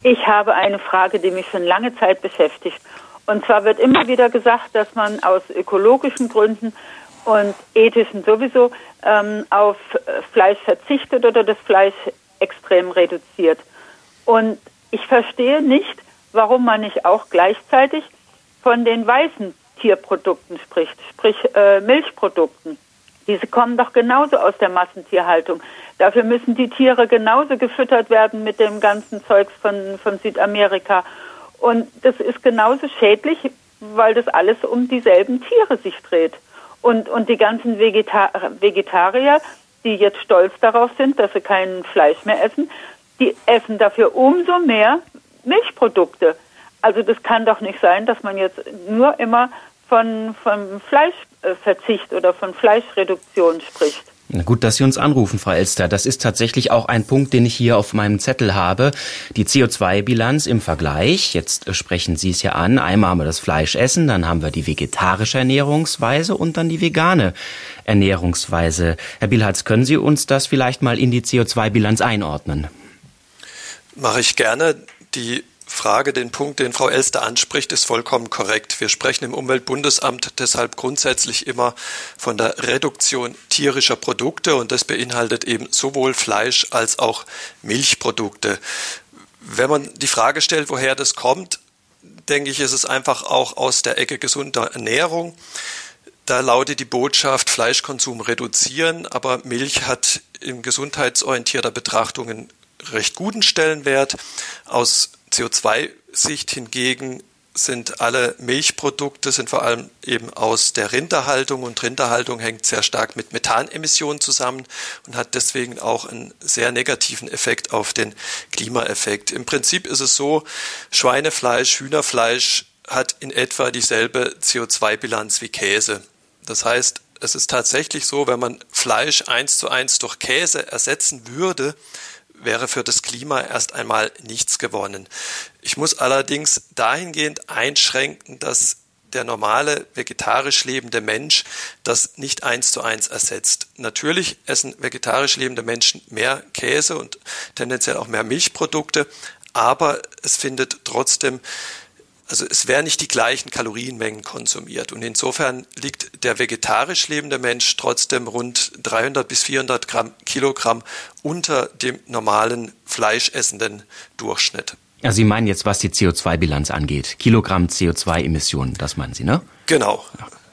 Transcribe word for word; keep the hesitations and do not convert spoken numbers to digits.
Ich habe eine Frage, die mich schon lange Zeit beschäftigt. Und zwar wird immer wieder gesagt, dass man aus ökologischen Gründen und ethischen sowieso ähm, auf Fleisch verzichtet oder das Fleisch extrem reduziert. Und ich verstehe nicht, warum man nicht auch gleichzeitig von den weißen Tierprodukten spricht, sprich äh, Milchprodukten. Diese kommen doch genauso aus der Massentierhaltung. Dafür müssen die Tiere genauso gefüttert werden mit dem ganzen Zeugs von, von Südamerika. Und das ist genauso schädlich, weil das alles um dieselben Tiere sich dreht. Und, und die ganzen Vegeta- Vegetarier, die jetzt stolz darauf sind, dass sie kein Fleisch mehr essen, die essen dafür umso mehr Milchprodukte. Also das kann doch nicht sein, dass man jetzt nur immer von, von Fleischverzicht oder von Fleischreduktion spricht. Na gut, dass Sie uns anrufen, Frau Elster. Das ist tatsächlich auch ein Punkt, den ich hier auf meinem Zettel habe. Die C O zwei Bilanz im Vergleich. Jetzt sprechen Sie es ja an. Einmal haben wir das Fleischessen, dann haben wir die vegetarische Ernährungsweise und dann die vegane Ernährungsweise. Herr Bielhatz, können Sie uns das vielleicht mal in die C O zwei Bilanz einordnen? Mache ich gerne. Die Frage, den Punkt, den Frau Elster anspricht, ist vollkommen korrekt. Wir sprechen im Umweltbundesamt deshalb grundsätzlich immer von der Reduktion tierischer Produkte und das beinhaltet eben sowohl Fleisch als auch Milchprodukte. Wenn man die Frage stellt, woher das kommt, denke ich, ist es einfach auch aus der Ecke gesunder Ernährung. Da lautet die Botschaft, Fleischkonsum reduzieren, aber Milch hat in gesundheitsorientierter Betrachtung einen recht guten Stellenwert. Aus C O zwei Sicht hingegen sind alle Milchprodukte, sind vor allem eben aus der Rinderhaltung und Rinderhaltung hängt sehr stark mit Methanemissionen zusammen und hat deswegen auch einen sehr negativen Effekt auf den Klimaeffekt. Im Prinzip ist es so, Schweinefleisch, Hühnerfleisch hat in etwa dieselbe C O zwei Bilanz wie Käse. Das heißt, es ist tatsächlich so, wenn man Fleisch eins zu eins durch Käse ersetzen würde, wäre für das Klima erst einmal nichts gewonnen. Ich muss allerdings dahingehend einschränken, dass der normale vegetarisch lebende Mensch das nicht eins zu eins ersetzt. Natürlich essen vegetarisch lebende Menschen mehr Käse und tendenziell auch mehr Milchprodukte, aber es findet trotzdem Also es werden nicht die gleichen Kalorienmengen konsumiert und insofern liegt der vegetarisch lebende Mensch trotzdem rund dreihundert bis vierhundert Gramm, Kilogramm unter dem normalen fleischessenden Durchschnitt. Ja, Sie meinen jetzt, was die C O zwei Bilanz angeht. Kilogramm C O zwei Emissionen, das meinen Sie, ne? Genau.